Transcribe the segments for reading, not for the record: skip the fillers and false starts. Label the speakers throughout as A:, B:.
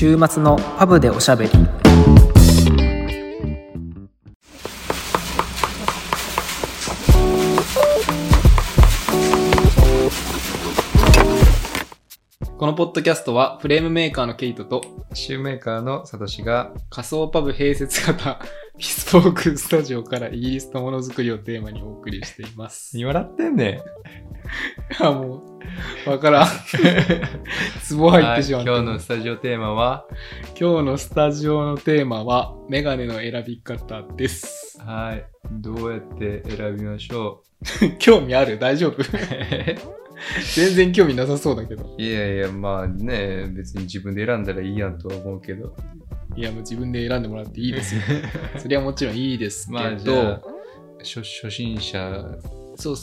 A: 週末のパブでおしゃべり。このポッドキャストはフレームメーカーのケイトと
B: シューメーカーのサトシが
A: 仮想パブ併設型ビスポークスタジオからイギリスのものづくりをテーマにお送りしています。
B: 何笑ってんねん。
A: もうわからん。ツボ入ってしまった。
B: 今日のスタジオテーマは
A: メガネの選び方です。
B: はい。どうやって選びましょ
A: う。興味ある？大丈夫？全然興味なさそうだけど。
B: いやいや、まあね、別に自分で選んだらいいやんとは思うけど。
A: いや、もう自分で選んでもらっていいですよ。それはもちろんいいですけど、
B: まあ、じゃあ初心者。
A: そう。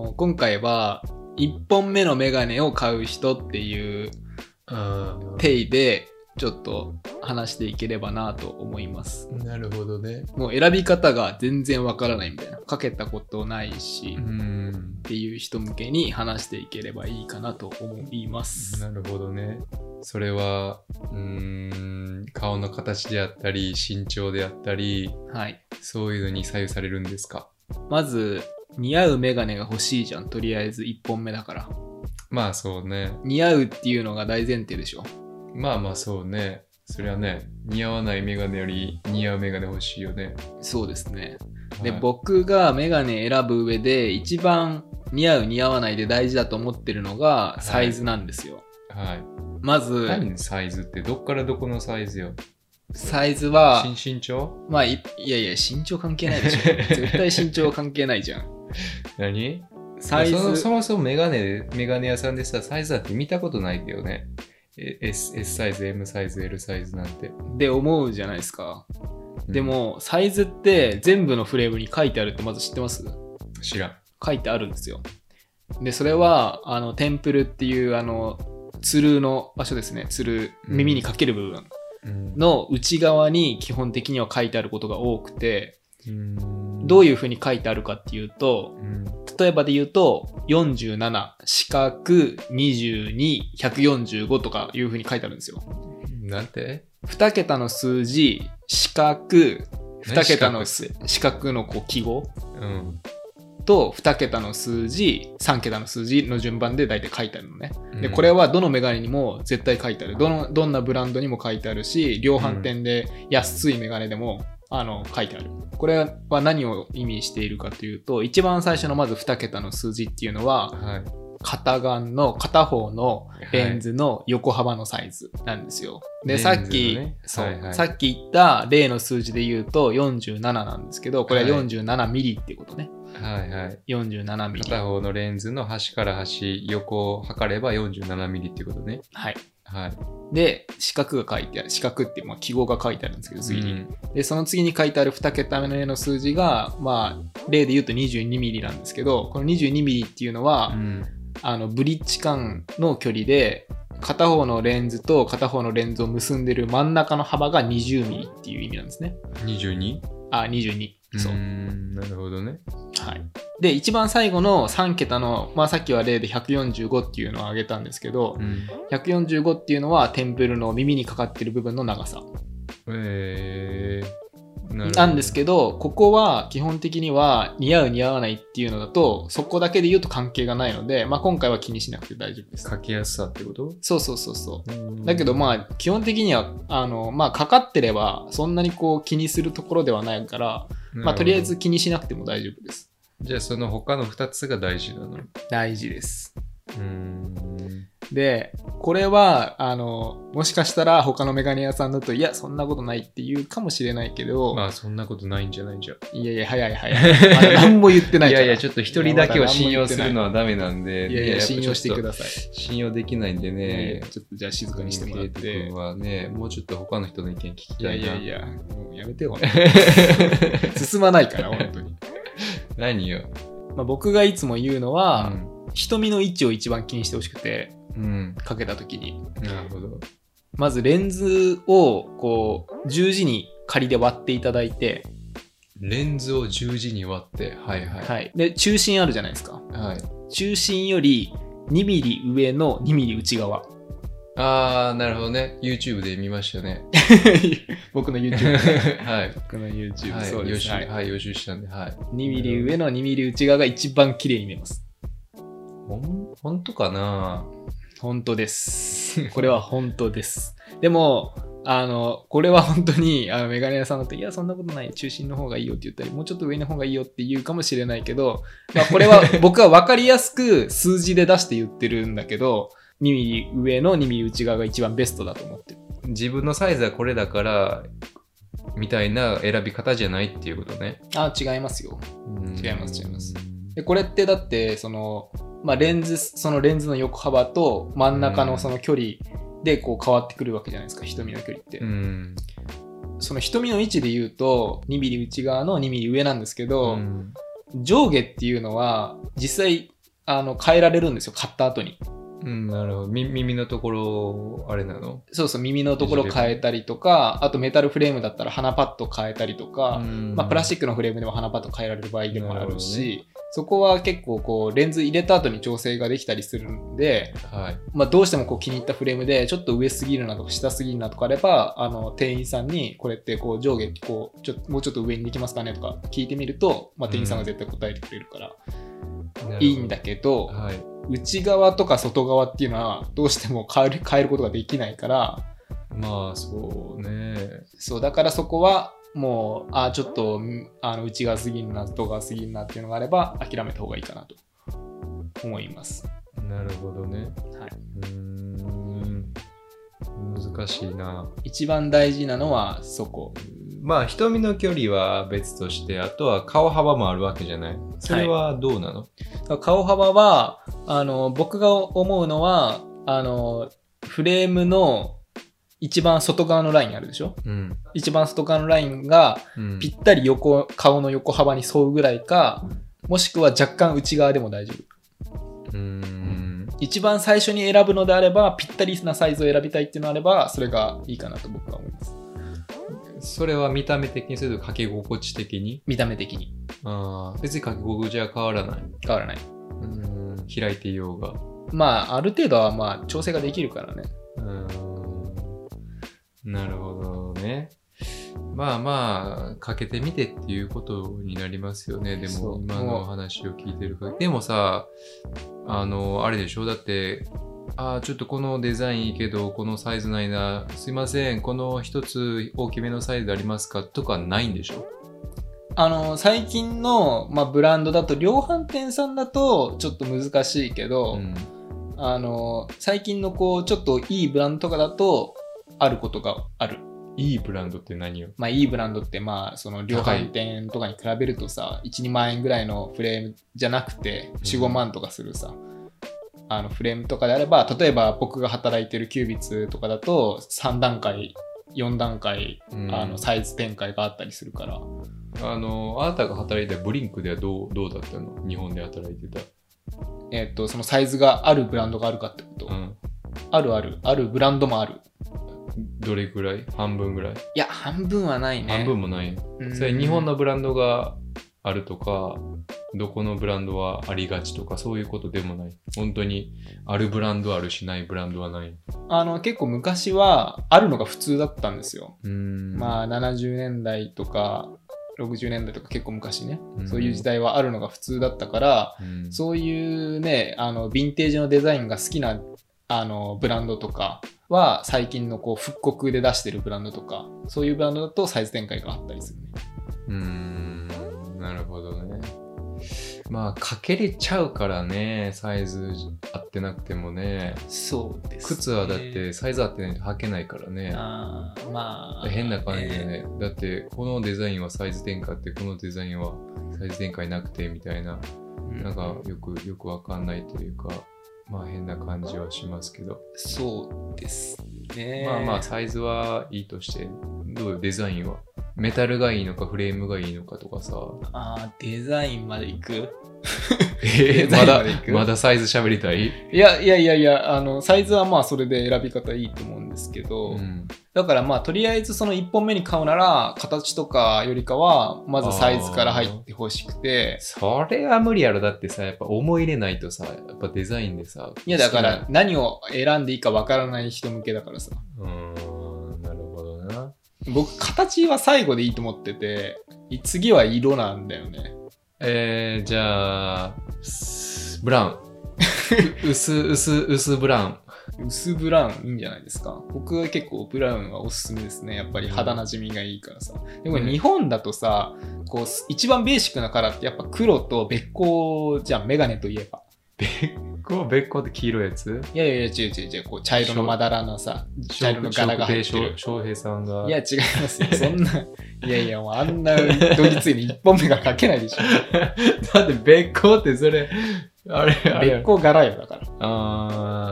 A: 今回は1本目のメガネを買う人っていう体でちょっと話していければなと思います。
B: なるほどね。
A: もう選び方が全然わからないみたいな、かけたことないしっていう人向けに話していければいいかなと思います。
B: なるほどね。それは顔の形であったり身長であったり、
A: はい、
B: そういうのに左右されるんですか？
A: まず似合うメガネが欲しいじゃん。とりあえず1本目だから。
B: まあそうね。似
A: 合うっていうのが大前提でしょ。
B: まあそうね。それはね、似合わないメガネより似合うメガネ欲しいよね。
A: そうですね。で、僕がメガネ選ぶ上で一番似合う似合わないで大事だと思ってるのがサイズなんですよ。
B: はい。
A: まず
B: 何サイズってどっからどこのサイズよ？
A: サイズは
B: 身長？
A: まあいや身長関係ないでしょ。絶対身長は関係ないじゃん。
B: 何？
A: サイズ
B: そもそもメガネ屋さんでさ、サイズだって見たことないけどね。S サイズ、M サイズ、L サイズなんて。
A: で思うじゃないですか。でもサイズって全部のフレームに書いてあるってまず知ってます？
B: 知らん。
A: 書いてあるんですよ。でそれはテンプルっていうツルの場所ですね。ツル、耳にかける部分の内側に基本的には書いてあることが多くて、どういうふうに書いてあるかっていうと、例えばで言うと47、四角、22、145とかいうふうに書いてあるんですよ。
B: なんて
A: ？2桁の数字、四角、2桁の四角の記号、と2桁の数字、3桁の数字の順番で大体書いてあるのね。でこれはどのメガネにも絶対書いてある。どんなブランドにも書いてあるし、量販店で安いメガネでも書いてある。これは何を意味しているかというと、一番最初のまず2桁の数字っていうのは、片眼の片方のレンズの横幅のサイズなんですよ。で、さっき言った例の数字で言うと47なんですけど、これは47ミリっていうことね。47ミリ。
B: 片方のレンズの端から端横を測れば47ミリっていうことね。
A: で、四角が書いてある。四角って記号が書いてあるんですけど、次に。で、その次に書いてある2桁目の数字が、例で言うと22ミリなんですけど、この22ミリっていうのは、ブリッジ間の距離で、片方のレンズと片方のレンズを結んでる真ん中の幅が20ミリっていう意味なんですね。
B: 22？
A: 22。そう。
B: なるほどね。
A: で、一番最後の3桁の、さっきは例で145っていうのを挙げたんですけど、145っていうのはテンプルの耳にかかってる部分の長さ。なんですけど、ここは基本的には似合う似合わないっていうのだと、そこだけで言うと関係がないので、今回は気にしなくて大丈夫です。
B: 書きやすさってこと？
A: そう。だけど基本的にはかかってればそんなに気にするところではないから、とりあえず気にしなくても大丈夫です。
B: じゃあその他の2つが大事なの？
A: 大事です。で、これはもしかしたら他のメガネ屋さんだと、いやそんなことないって言うかもしれないけど、
B: そんなことないんじゃないんじゃ。
A: いや早いまだ何も言ってないから。
B: いやちょっと一人だけを信用するのはダメなんで、
A: いや信用してください。
B: 信用できないんでね、
A: ちょっとじゃあ静かにしてもらって。
B: 君はね、もうちょっと他の人の意見聞きたいな。
A: いやもうやめてよ。進まないから本当に。
B: 何よ。
A: 僕がいつも言うのは、瞳の位置を一番気にしてほしくて、かけた時に。
B: なるほど。
A: まずレンズを十字に仮で割っていただいて、
B: レンズを十字に割って、
A: で中心あるじゃないですか。中心より2ミリ上の2ミリ内側
B: あー、なるほどね。YouTube で見ましたね。
A: 僕の YouTube
B: はい。
A: 僕の YouTube、
B: はい、
A: そうです。
B: はい、予習したんで、はい。
A: 2ミリ上の2ミリ内側が一番綺麗に見えます。
B: 本当かな？
A: 本当です。これは本当です。でも、これは本当に、メガネ屋さんだと、いや、そんなことない、中心の方がいいよって言ったり、もうちょっと上の方がいいよって言うかもしれないけど、まあ、これは僕は分かりやすく数字で出して言ってるんだけど、2ミリ上の2ミリ内側が一番ベストだと思ってる。
B: 自分のサイズはこれだから、みたいな選び方じゃないっていうことね。
A: あ、違いますよ。違います。で、これってだって、まあ、レンズの横幅と真ん中のその距離でこう変わってくるわけじゃないですか、瞳の距離って。その瞳の位置で言うと、2ミリ内側の2ミリ上なんですけど、上下っていうのは実際変えられるんですよ、買った後に。
B: なるほど。耳のところ、あれなの？
A: そうそう、耳のところ変えたりとか、あとメタルフレームだったら鼻パッド変えたりとか、まあ、プラスチックのフレームでも鼻パッド変えられる場合でもあるし、そこは結構こうレンズ入れた後に調整ができたりするんで、まあ、どうしてもこう気に入ったフレームでちょっと上すぎるなとか下すぎるなとかあれば、店員さんにこれってこう上下こうもうちょっと上にできますかねとか聞いてみると、まあ、店員さんが絶対答えてくれるからいいんだけど、内側とか外側っていうのはどうしても変えることができないから、
B: まあそうね。
A: そうだからそこはもうちょっと内側すぎるな外側すぎるなっていうのがあれば諦めた方がいいかなと思います。
B: なるほどね。
A: はい。
B: 難しいな。
A: 一番大事なのはそこ。
B: まあ瞳の距離は別として、あとは顔幅もあるわけじゃない。それはどうなの？
A: はい、顔幅は僕が思うのはフレームの一番外側のラインあるでしょ、一番外側のラインがぴったり顔の横幅に沿うぐらいか、もしくは若干内側でも大丈夫。一番最初に選ぶのであれば、ぴったりなサイズを選びたいっていうのであれば、それがいいかなと僕は思います。
B: それは見た目的にするとかけ心地的に？見
A: た目的に。
B: 別にかけ心地は変わらない。
A: 変わらない。
B: 開いていようが。
A: まあ、ある程度はまあ調整ができるからね。
B: なるほどね。まあまあ、かけてみてっていうことになりますよね。でも、今の話を聞いてるか。でもさ、あれでしょ？だって、ちょっとこのデザインいいけど、このサイズないな。すいません、この一つ大きめのサイズありますかとかないんでしょ？
A: 最近の、まあ、ブランドだと、量販店さんだとちょっと難しいけど、最近のこう、ちょっといいブランドとかだと、あることがある。
B: いいブランドって何よ？
A: まあいいブランドってまあその量販店とかに比べるとさ、1、2万円ぐらいのフレームじゃなくて4、5万とかするさ、フレームとかであれば、例えば僕が働いてるキュービッツとかだと3段階、4段階、サイズ展開があったりするから。
B: あなたが働いたブリンクではどうだったの？日本で働いてた。
A: そのサイズがあるブランドがあるかってこと？あるブランドもある。
B: どれくらい？半分ぐらい？
A: いや、半分はないね。
B: 半分もない。それ日本のブランドがあるとか、どこのブランドはありがちとか、そういうことでもない。本当にあるブランドあるし、ないブランドはない。
A: 結構昔はあるのが普通だったんですよ。まあ70年代とか60年代とか結構昔ね、そういう時代はあるのが普通だったから、そういうね、ヴィンテージのデザインが好きなブランドとかは最近のこう復刻で出してるブランドとか、そういうブランドだとサイズ展開があったりするね。
B: なるほどね。まあかけれちゃうからね、サイズ合ってなくてもね。
A: そうですね。
B: 靴はだってサイズ合ってないと履けないからね。
A: まあ
B: 変な感じでね。だってこのデザインはサイズ展開って、このデザインはサイズ展開なくてみたいな、なんかよくわかんないというか。まあ変な感じはしますけど。
A: そうですね。
B: まあまあサイズはいいとして、どうよデザインは。メタルがいいのかフレームがいいのかとかさ。
A: デザインまでいく？
B: まだサイズ喋りたい？
A: いや、サイズはまあそれで選び方いいと思うんでですけど、
B: うん、
A: だからまあとりあえずその1本目に買うなら形とかよりかはまずサイズから入ってほしくて。
B: それは無理やろ。だってさ、やっぱ思い入れないとさ、やっぱデザインでさ。
A: いやだから何を選んでいいかわからない人向けだからさ。
B: なるほどな。
A: 僕形は最後でいいと思ってて、次は色なんだよね。
B: じゃあブラウン薄ブラウン。
A: 薄ブラウンいいんじゃないですか。僕は結構ブラウンはおすすめですね。やっぱり肌なじみがいいからさ。でも日本だとさ、こう一番ベーシックなカラーってやっぱ黒とべっこうじゃん、メガネといえば。
B: べっこって黄色いやつ？
A: いやいや違う、こう茶色のまだらなさ、茶色の柄が入ってる。
B: 翔平さんが。
A: いや違いますよ。そんな、いやいやもうあんなどぎついに1本目が描けないでしょ。
B: だってべっこってそれ、あれ。
A: べっこう柄よだから。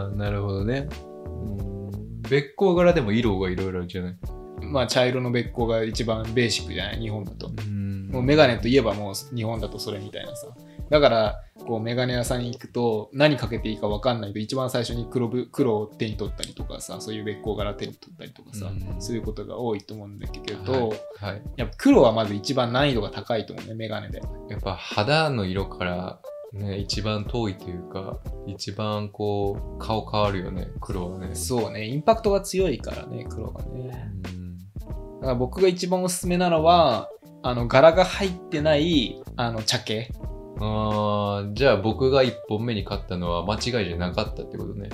B: なるほどね。べっこう柄でも色がいろいろあるじゃない。
A: まあ茶色のべっこうが一番ベーシックじゃない日本だと。もうメガネといえばもう日本だとそれみたいなさ。だからこうメガネ屋さんに行くと何かけていいか分かんないと一番最初に黒を手に取ったりとかさ、そういうべっこう柄手に取ったりとかさ、そういうことが多いと思うんだけど、
B: はい、
A: やっぱ黒はまず一番難易度が高いと思うね、メガネで。
B: やっぱ肌の色からね、一番遠いというか、一番こう顔変わるよね、黒はね。
A: そうね、インパクトが強いからね、黒がね。だから僕が一番おすすめなのは、柄が入ってない茶系。
B: じゃあ僕が1本目に買ったのは間違いじゃなかったってことね。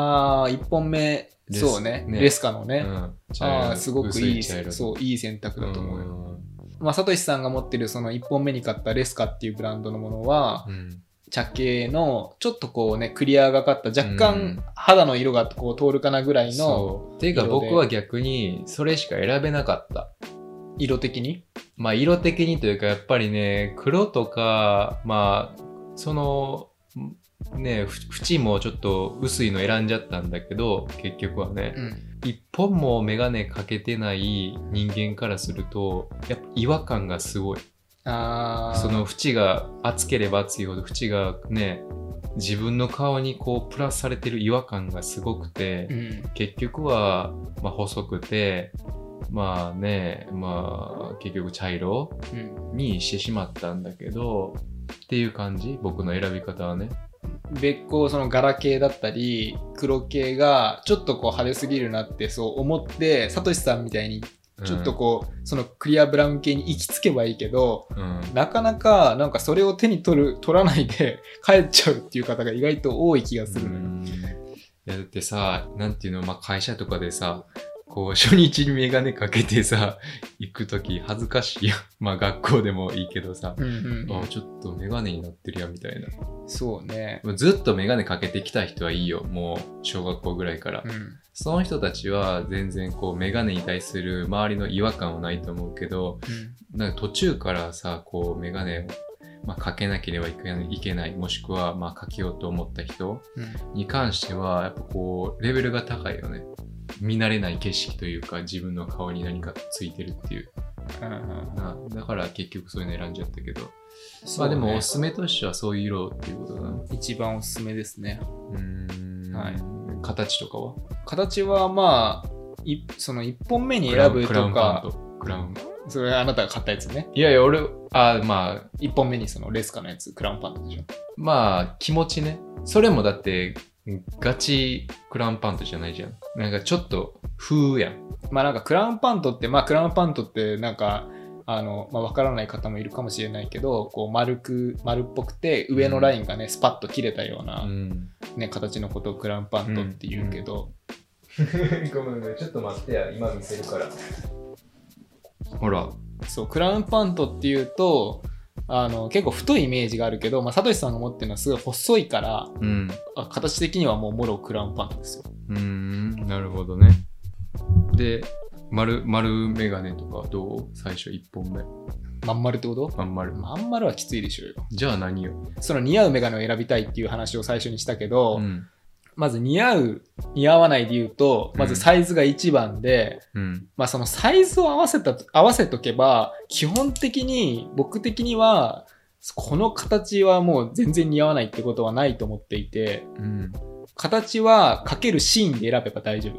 A: 1本目、そうね、レスカのね。すごくいい、そう、いい選択だと思うよ。まあ、サトシさんが持ってるその1本目に買ったレスカっていうブランドのものは、茶系のちょっとこうねクリアがかった若干肌の色がこう通るかなぐらいの
B: ていうか僕は逆にそれしか選べなかった。
A: 色的に？
B: まあ色的にというかやっぱりね、黒とかまあそのね縁もちょっと薄いの選んじゃったんだけど、結局はね、一本もメガネかけてない人間からするとやっぱ違和感がすごい。その縁が厚ければ厚いほど縁がね自分の顔にこうプラスされてる違和感がすごくて、結局は、まあ、細くてまあねまあ結局茶色にしてしまったんだけど、っていう感じ、僕の選び方はね。
A: 別個その柄系だったり黒系がちょっとこう派手すぎるなってそう思ってサトシさんみたいにちょっとこう、そのクリアブラウン系に行き着けばいいけど、なかなかなんかそれを手に取らないで帰っちゃうっていう方が意外と多い気がするのよ。
B: いやだってさ、なんていうの、まあ、会社とかでさ、こう初日にメガネかけてさ行くとき恥ずかしいやまあ学校でもいいけどさ、ちょっとメガネになってるやみたいな。
A: そうね。
B: ずっとメガネかけてきた人はいいよ、もう小学校ぐらいから、その人たちは全然こうメガネに対する周りの違和感はないと思うけど、なんか途中からさこうメガネをまあ、かけなければいけない、もしくはまあかけようと思った人に関してはやっぱこうレベルが高いよね。見慣れない景色というか自分の顔に何かついてるっていう、だから結局そういうの選んじゃったけど、まあでもおすすめとしてはそういう色っていうことだな。
A: 一番おすすめですね。
B: はい。形とかは？
A: 形はまあその1本目に選ぶとか
B: クラウン
A: それあなたが買ったやつね。
B: いやいや俺まあ
A: 1本目にそのレスカのやつクラウンパントでしょ。
B: まあ気持ちね。それもだってガチクラウンパントじゃないじゃん。なんかちょっと風やん。
A: まあなんかクラウンパントってなんかまあわからない方もいるかもしれないけど、こう丸っぽくて上のラインがね、スパッと切れたような、ね、形のことをクラウンパントって言うけど、
B: ごめんね、ちょっと待ってや、今見せるから。ほら、
A: そうクラウンパントっていうと結構太いイメージがあるけど、まあ、サトシさんが持ってるのはすごい細いから、形的にはもうもろクラウンパントですよ。
B: なるほどね。で丸メガネとかどう？最初1本目
A: まん丸ってこと？
B: まん
A: 丸はきついでしょうよ。
B: じゃあ何よ？そ
A: の似合うメガネを選びたいっていう話を最初にしたけど、まず似合わないで言うと、まずサイズが一番で、まあそのサイズを合わせとけば、基本的に僕的にはこの形はもう全然似合わないってことはないと思っていて、形はかけるシーンで選べば大丈夫。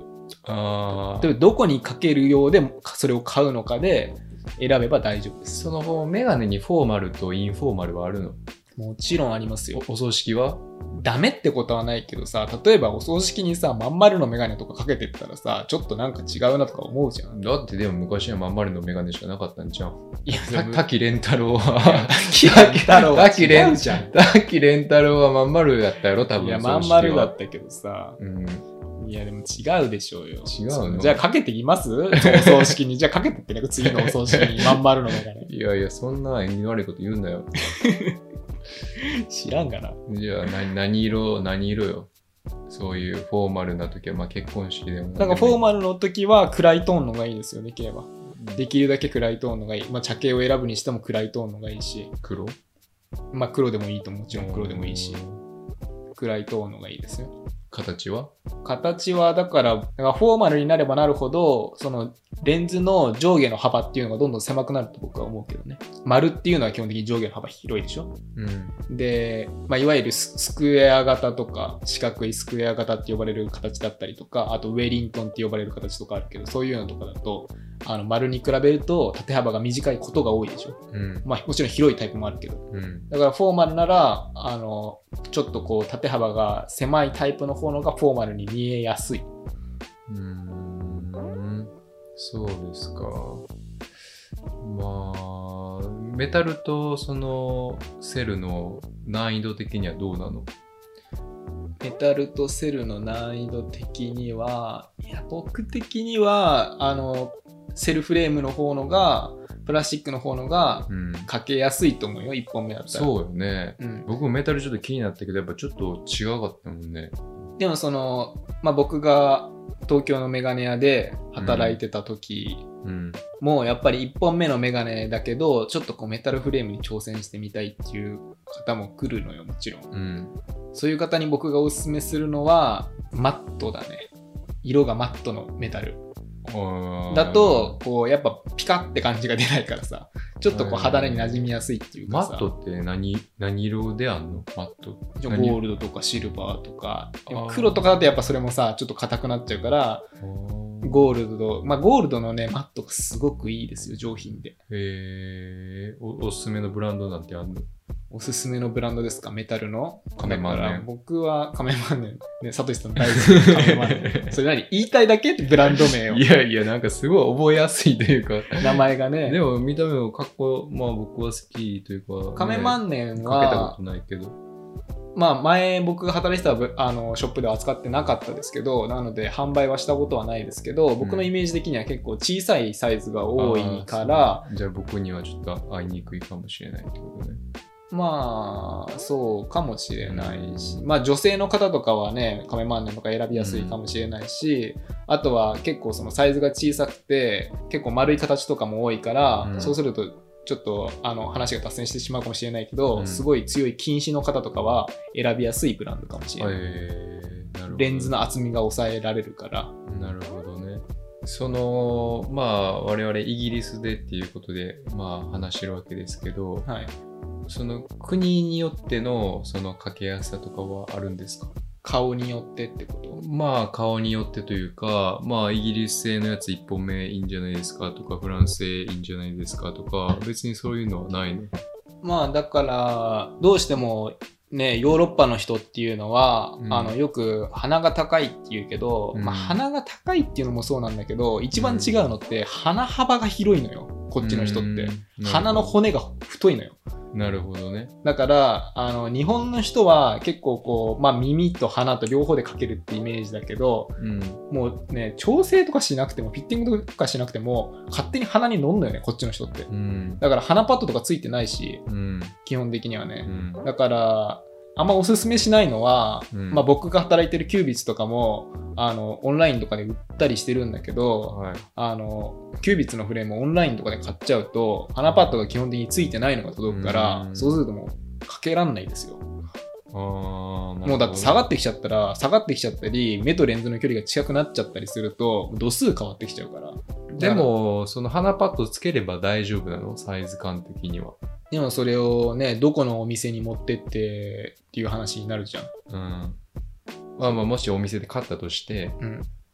A: 例えばどこにかけるようでそれを買うのかで選べば大丈夫です。
B: そのメガネにフォーマルとインフォーマルはあるの？
A: もちろんありますよ。
B: お葬式は
A: ダメってことはないけどさ、例えばお葬式にさ、まん丸のメガネとかかけてったらさ、ちょっとなんか違うなとか思うじゃん。
B: だってでも昔はまん丸のメガネしかなかったんじゃん。
A: いや、
B: 滝蓮太郎は
A: 滝蓮じゃん。
B: 滝蓮太郎はまん丸だったやろ、多分。
A: いや、まん丸だったけどさ。
B: うん。
A: いや、でも違うでしょうよ。
B: 違うの？
A: じゃあかけてきますお葬式に。じゃあかけてってね、次のお葬式にまん丸のメガネ。
B: いやいや、そんな縁起の悪いこと言うんだよ。
A: 知らんがな。
B: じゃあ何色よ。そういうフォーマルな時は、まあ結婚式でも。
A: だからフォーマルの時は暗いトーンのがいいですよ、できれば。できるだけ暗いトーンのがいい。まあ茶系を選ぶにしても暗いトーンのがいいし。
B: 黒？
A: まあ黒でもいいともちろん黒でもいいし。暗いトーンのがいいですよ。
B: 形は
A: だからフォーマルになればなるほど、そのレンズの上下の幅っていうのがどんどん狭くなると僕は思うけどね。丸っていうのは基本的に上下の幅広いでしょ。で、まあ、いわゆるスクエア型とか四角いスクエア型って呼ばれる形だったりとか、あとウェリントンって呼ばれる形とかあるけど、そういうのとかだと丸に比べると縦幅が短いことが多いでしょ。まあもちろん広いタイプもあるけど、だからフォーマルならちょっとこう縦幅が狭いタイプの方のがフォーマルに見えやすい。
B: そうですか。まあメタルとそのセルの難易度的にはどうなの？
A: メタルとセルの難易度的には、いや僕的にはセルフレームの方のがプラスチックの方のがかけやすいと思うよ、1本目だったら。
B: そうよね、僕もメタルちょっと気になったけどやっぱちょっと違かったもんね。
A: でもまあ、僕が東京のメガネ屋で働いてた時もやっぱり1本目のメガネだけどちょっとこうメタルフレームに挑戦してみたいっていう方も来るのよ、もちろん、そういう方に僕がおすすめするのはマットだね。色がマットのメタルだとこうやっぱピカって感じが出ないからさ、ちょっとこう肌に馴染みやすいっていうかさ。
B: マットって何色であんの？マット
A: ゴールドとかシルバーとか。黒とかだとやっぱそれもさちょっと硬くなっちゃうからゴールドのねマットがすごくいいですよ、上品で。
B: おすすめのブランドなんてあんの？
A: おすすめのブランドですか？メタルの
B: カメ万年。
A: 僕はカメ万年ね、サトシさん大好きカメ万年。それ何言いたいだけってブランド名を。
B: いやいや、なんかすごい覚えやすいというか
A: 名前がね。
B: でも見た目もかっこまあ僕は好きというか、
A: カメ万年は
B: かけたことないけど、
A: まあ前僕が働いてたショップでは扱ってなかったですけど、なので販売はしたことはないですけど、僕のイメージ的には結構小さいサイズが多いから、
B: じゃあ僕にはちょっと会いにくいかもしれないってことね。
A: まあそうかもしれないし、まあ女性の方とかはねカメ万年とか選びやすいかもしれないし、あとは結構そのサイズが小さくて結構丸い形とかも多いから、そうするとちょっと話が脱線してしまうかもしれないけど、すごい強い近視の方とかは選びやすいブランドかもしれない。なるほど。レンズの厚みが抑えられるから。
B: なるほどね。まあ我々イギリスでっていうことでまあ話してるわけですけど、はい、その国によってのそのかけやすさとかはあるんですか？
A: 顔によってってこと？
B: まあ顔によってというか、まあイギリス製のやつ1本目いいんじゃないですかとか、フランス製いいんじゃないですかとか、別にそういうのはないの？
A: まあだからどうしてもね、ヨーロッパの人っていうのは、よく鼻が高いって言うけど、まあ鼻が高いっていうのもそうなんだけど、一番違うのって鼻幅が広いのよ、こっちの人って。鼻の骨が太いのよ。
B: なるほどね。
A: だから日本の人は結構こう、まあ、耳と鼻と両方でかけるってイメージだけど、もうね調整とかしなくてもフィッティングとかしなくても勝手に鼻に乗んのよね、こっちの人って。だから鼻パッドとかついてないし、基本的にはね、だからあんまおすすめしないのは、まあ、僕が働いてるキュービッツとかもオンラインとかで売ったりしてるんだけど、キュービッツのフレームをオンラインとかで買っちゃうと鼻パッドが基本的についてないのが届くから、そうするともうかけらんないですよ。もうだって下がってきちゃったり目とレンズの距離が近くなっちゃったりすると度数変わってきちゃうから。
B: でもその鼻パッドつければ大丈夫なの？サイズ感的には。
A: でもそれをねどこのお店に持ってっていう話になるじゃん。
B: まあもしお店で買ったとして、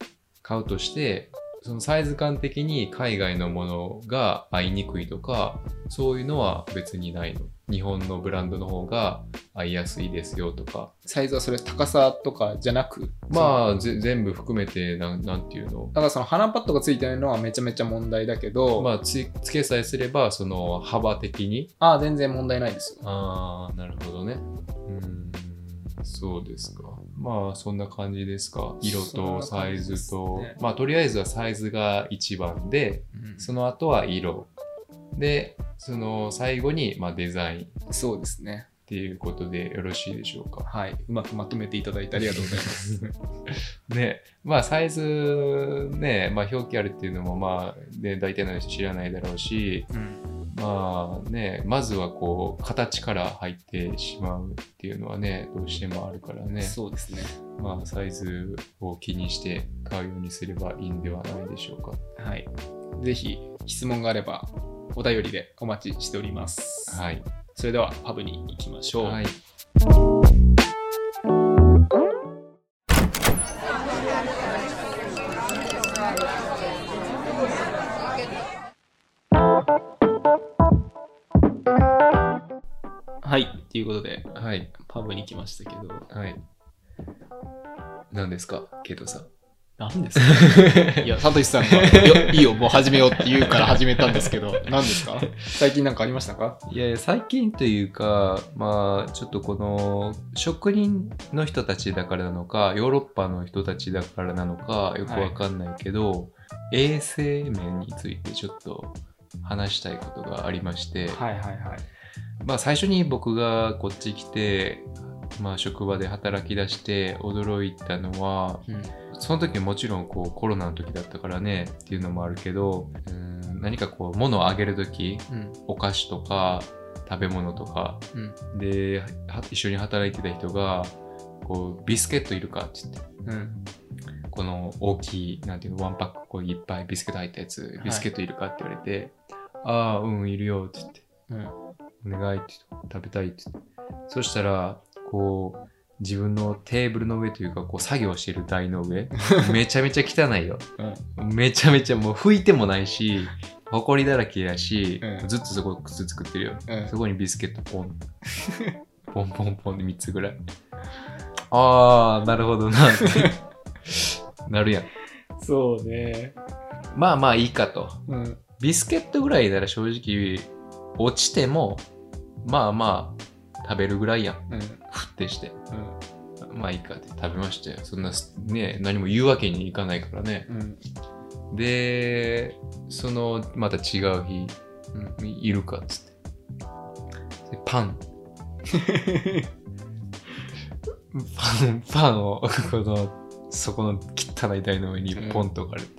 B: 買うとして、そのサイズ感的に海外のものが合いにくいとか、そういうのは別にないの？日本のブランドの方が合いやすいですよとか。
A: サイズはそれ高さとかじゃなく、
B: まあ全部含めてなんていうの？
A: だからその鼻パッドがついてるのはめちゃめちゃ問題だけど、
B: まあつけさえすればその幅的に。
A: 全然問題ないですよ。
B: なるほどね。そうですか。まあそんな感じですか。色とサイズと、まあとりあえずはサイズが一番で、その後は色で、その最後にまあデザイン。
A: そうですね。
B: っていうことでよろしいでしょうか。
A: はい。うまくまとめていただいてありがとうございます。
B: ね、まあサイズね、まあ表記あるっていうのもまあね、大体の人知らないだろうし、まあね、まずはこう形から入ってしまうっていうのはね、どうしてもあるからね。
A: そうですね。
B: まあサイズを気にして買うようにすればいいんではないでしょうか。
A: はい。ぜひ質問があればお便りでお待ちしております。
B: はい。
A: それではパブに行きましょう。
B: はい。
A: はい。ということで、
B: はい。
A: パブに来ましたけど。
B: はい。何ですか、ケイトさん。
A: 何ですかいや、サトシさんが、いいよ、もう始めようって言うから始めたんですけど、何ですか？最近なんかありましたか？
B: いや、最近というか、まあ、ちょっとこの、職人の人たちだからなのか、ヨーロッパの人たちだからなのか、よくわかんないけど、衛生面についてちょっと話したいことがありまして、まあ、最初に僕がこっち来て、まあ、職場で働き出して驚いたのは、その時もちろんこうコロナの時だったからねっていうのもあるけど、何かこう物をあげる時、お菓子とか食べ物とか、で一緒に働いてた人がこうビスケットいるかって言って、この大きいなんていうのワンパックこういっぱいビスケット入ったやつ、ビスケットいるかって言われて、ああいるよって言って、お願いって食べたいって言って、そしたらこう自分のテーブルの上というかこう作業してる台の上めちゃめちゃ汚いよ、めちゃめちゃもう拭いてもないし埃だらけやし、ずっとそこ靴作ってるよ、そこにビスケットポンポンポンポンで3つぐらい、ああなるほどなってなるやん。
A: そうね。
B: まあまあいいかと、ビスケットぐらいなら正直落ちてもまあまあ食べるぐらいやん、ふってして、まあいいかって食べましたよ。そんなね何も言うわけにいかないからね、でそのまた違う日、いるかっつってでパンパンをこのそこの汚い台の上にポンと置かれて、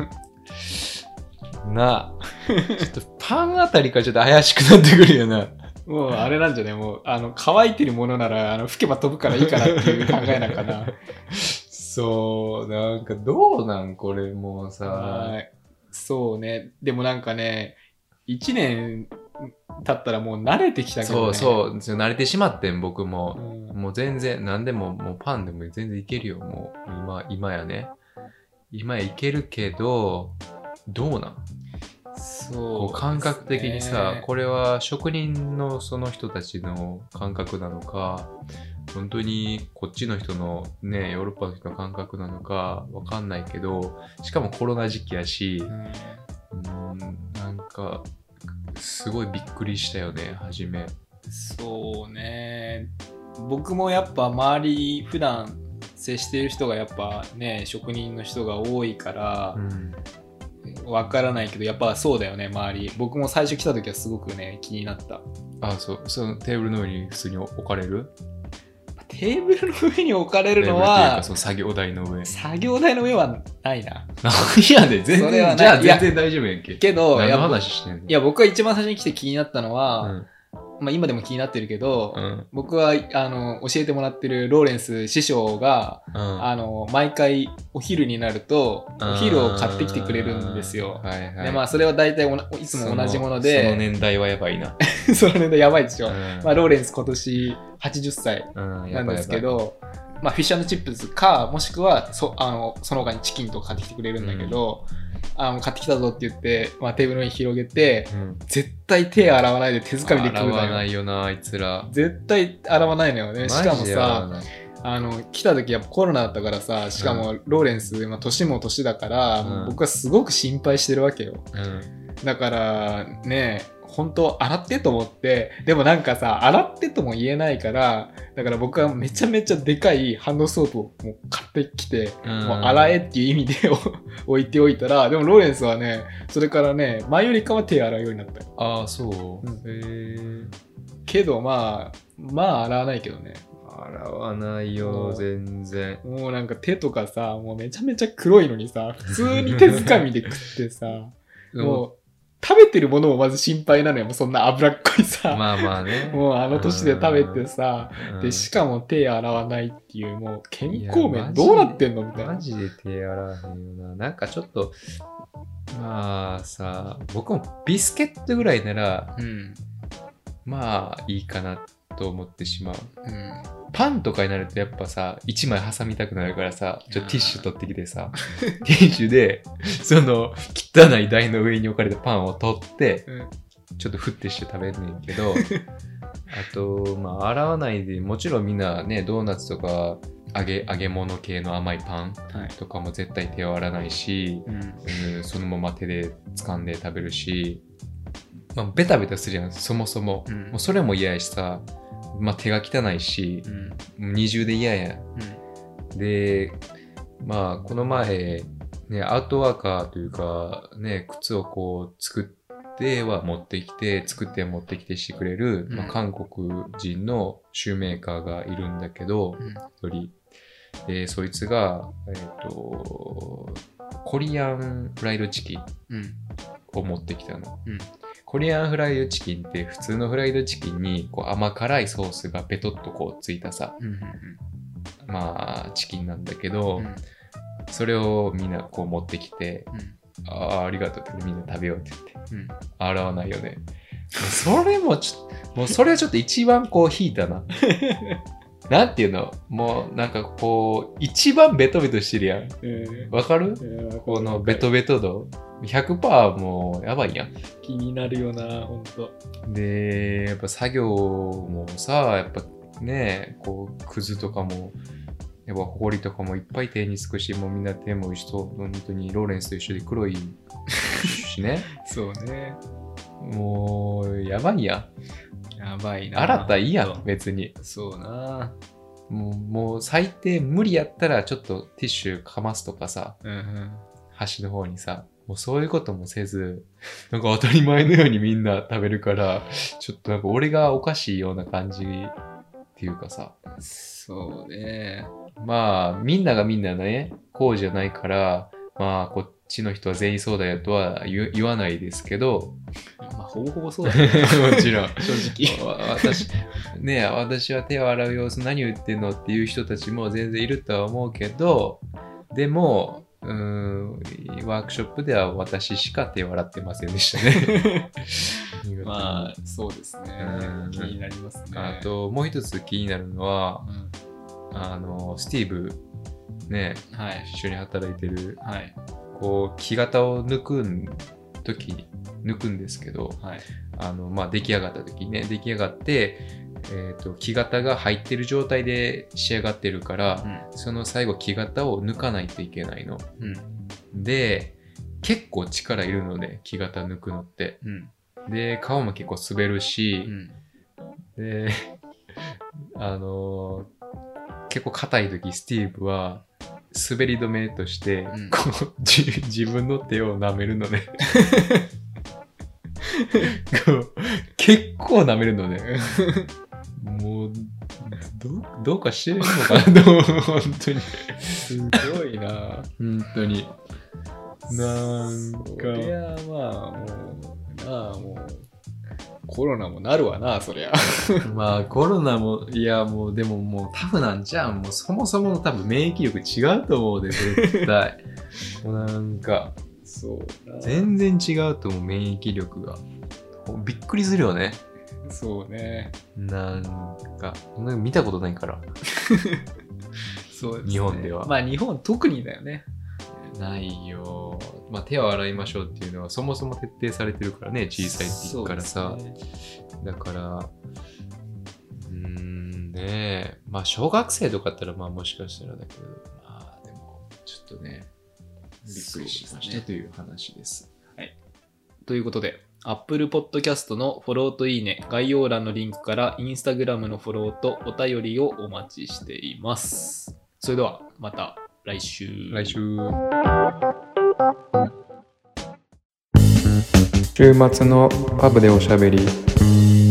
B: なあちょっとパンあたりからちょっと怪しくなってくるよな。
A: もうあれなんじゃない、もう乾いてるものなら吹けば飛ぶからいいかなっていう考えなんかな。
B: そうなんかどうなんこれもうさ、
A: そうね。でもなんかね1年経ったらもう慣れてきたけどね。
B: そう慣れてしまってん僕も、もう全然何でももうパンでも全然いけるよ。もう今やね今やいけるけどどうなん？こう感覚的にさ、これは職人のその人たちの感覚なのか本当にこっちの人のねヨーロッパの人の感覚なのかわかんないけど、しかもコロナ時期やし、なんかすごいびっくりしたよね初め。
A: そうね。僕もやっぱ周り普段接している人がやっぱね職人の人が多いから、わからないけどやっぱそうだよね周り。僕も最初来た時はすごくね気になった。
B: そのテーブルの上に普通に置かれる？
A: テーブルの上に置かれるのは
B: その作業台の上
A: はないな。
B: いやで全然じゃあ全然大丈夫やんけ。
A: けど
B: 何の話してんの？
A: いや僕が一番最初に来て気になったのは、まあ、今でも気になってるけど、僕は教えてもらってるローレンス師匠が、毎回お昼になるとお昼を買ってきてくれるんですよ。でまあそれは大体いつも同じもので、
B: その年代はやばいな。
A: その年代やばいでしょ。まあ、ローレンス今年80歳なんですけど、 まあ、フィッシュ&チップスか、もしくはその他にチキンとか買ってきてくれるんだけど、買ってきたぞって言って、まあ、テーブルに広げて、絶対手洗わないで手づかみで食うのよ。
B: 洗わないよな、あいつら。
A: 絶対洗わないのよね。しかもさ、来た時やっぱコロナだったからさ、しかもローレンス、まあ、年も年だから、僕はすごく心配してるわけよ。だからね、本当洗ってと思って、でもなんかさ、洗ってとも言えないから、だから僕はめちゃめちゃでかいハンドソープをもう買ってきて、もう洗えっていう意味で置いておいたら、でもローレンスはね、それからね、前よりかは手洗うようになったよ。
B: ああ、そう。
A: けどまあ洗わないけどね。
B: 洗わないよ、全然。
A: もうなんか手とかさ、もうめちゃめちゃ黒いのにさ、普通に手づかみで食ってさ、もう食べてるものもまず心配なのよ。もうそんな脂っこいさ。
B: まあまあね。
A: もうあの年で食べてさ、で、しかも手洗わないっていう、もう健康面どうなってんのみたいな。
B: マジで手洗わへんよな。なんかちょっと、まあさ、僕もビスケットぐらいなら、まあいいかなと思ってしまう。パンとかになるとやっぱさ、1枚挟みたくなるからさ、ちょっとティッシュ取ってきてさ、ティッシュで、その汚い台の上に置かれたパンを取って、ちょっと振ってして食べるねんけど、あと、まあ洗わないで、もちろんみんなね、ドーナツとか、揚げ物系の甘いパンとかも絶対手を洗わないし、そのまま手で掴んで食べるし、まあ、ベタベタするやん、そもそも。もうそれも嫌やしさ、まあ、手が汚いし、二重で嫌や。で、まあ、この前、ね、アウトワーカーというか、ね、靴をこう作っては持ってきて、作って持ってきてしてくれる、まあ、韓国人のシューメーカーがいるんだけど、一人。で、そいつが、コリアンフライドチキンを持ってきたの。コリアンフライドチキンって普通のフライドチキンにこう甘辛いソースがベトッとこうついたさ、まあチキンなんだけど、それをみんなこう持ってきて、ありがとうってみんな食べようって言って、洗わないよね。それももうそれはちょっと一番こう引いたな。なんていうの、もうなんかこう一番ベトベトしてるやん。わかる？このベトベト度。100% もうやばいやん。
A: 気になるよな、ほんと。
B: で、やっぱ作業もさ、やっぱね、こう、クズとかも、やっぱホコリとかもいっぱい手につくし、もうみんな手も一緒、本当にローレンスと一緒で黒いしね。
A: そうね。
B: もう、やばいや
A: ん。やばいな。
B: 洗ったらいいやん、別に。
A: そうな。
B: もう最低無理やったらちょっとティッシュかますとかさ、端の方にさ、もうそういうこともせず、なんか当たり前のようにみんな食べるから、ちょっとなんか俺がおかしいような感じっていうかさ。
A: そうね。
B: まあ、みんながみんなね、こうじゃないから、まあ、こっちの人は全員そうだよとは言わないですけど、
A: まあ、ほぼほぼそうだね。
B: もちろん。
A: 正直。
B: 私は手を洗う様子何を言ってんのっていう人たちも全然いるとは思うけど、でも、ワークショップでは私しか手を洗ってませんでしたね。
A: まあ、そうですね。気になりますね。
B: あと、もう一つ気になるのは、スティーブ、ね、一緒に働いてる、こう、木型を抜くんですけど、まあ、出来上がった時ね、出来上がって、木型が入ってる状態で仕上がってるから、その最後木型を抜かないといけないの。で、結構力いるので、木型抜くのって。で、皮も結構滑るし、で、結構硬い時、スティーブは滑り止めとして、こう自分の手を舐めるのね。結構舐めるのね。もうどうかしてるのかなと思う、本当に。
A: すごいな。
B: 本当に。なんか。
A: そりゃもう、コロナもなるわな、そりゃ。
B: まあコロナも、いやもうでももうタフなんじゃん。もうそもそもの多分免疫力違うと思うで、絶対。なんか、
A: そうな。
B: 全然違うと思う、免疫力が。びっくりするよね。
A: そうね。
B: なんか見たことないから。
A: そうですね。
B: 日本では。
A: まあ日本特にだよね。
B: ないよ。まあ手を洗いましょうっていうのはそもそも徹底されてるからね、小さい時からさ。ね、だから、ね、まあ小学生とかだったらまあもしかしたらだけど、まあでもちょっとね、びっくりしましたという話です。
A: はい。ということで、Apple Podcast のフォローといいね、概要欄のリンクから Instagram のフォローとお便りをお待ちしています。それではまた来週。
B: 週末のパブでおしゃべり。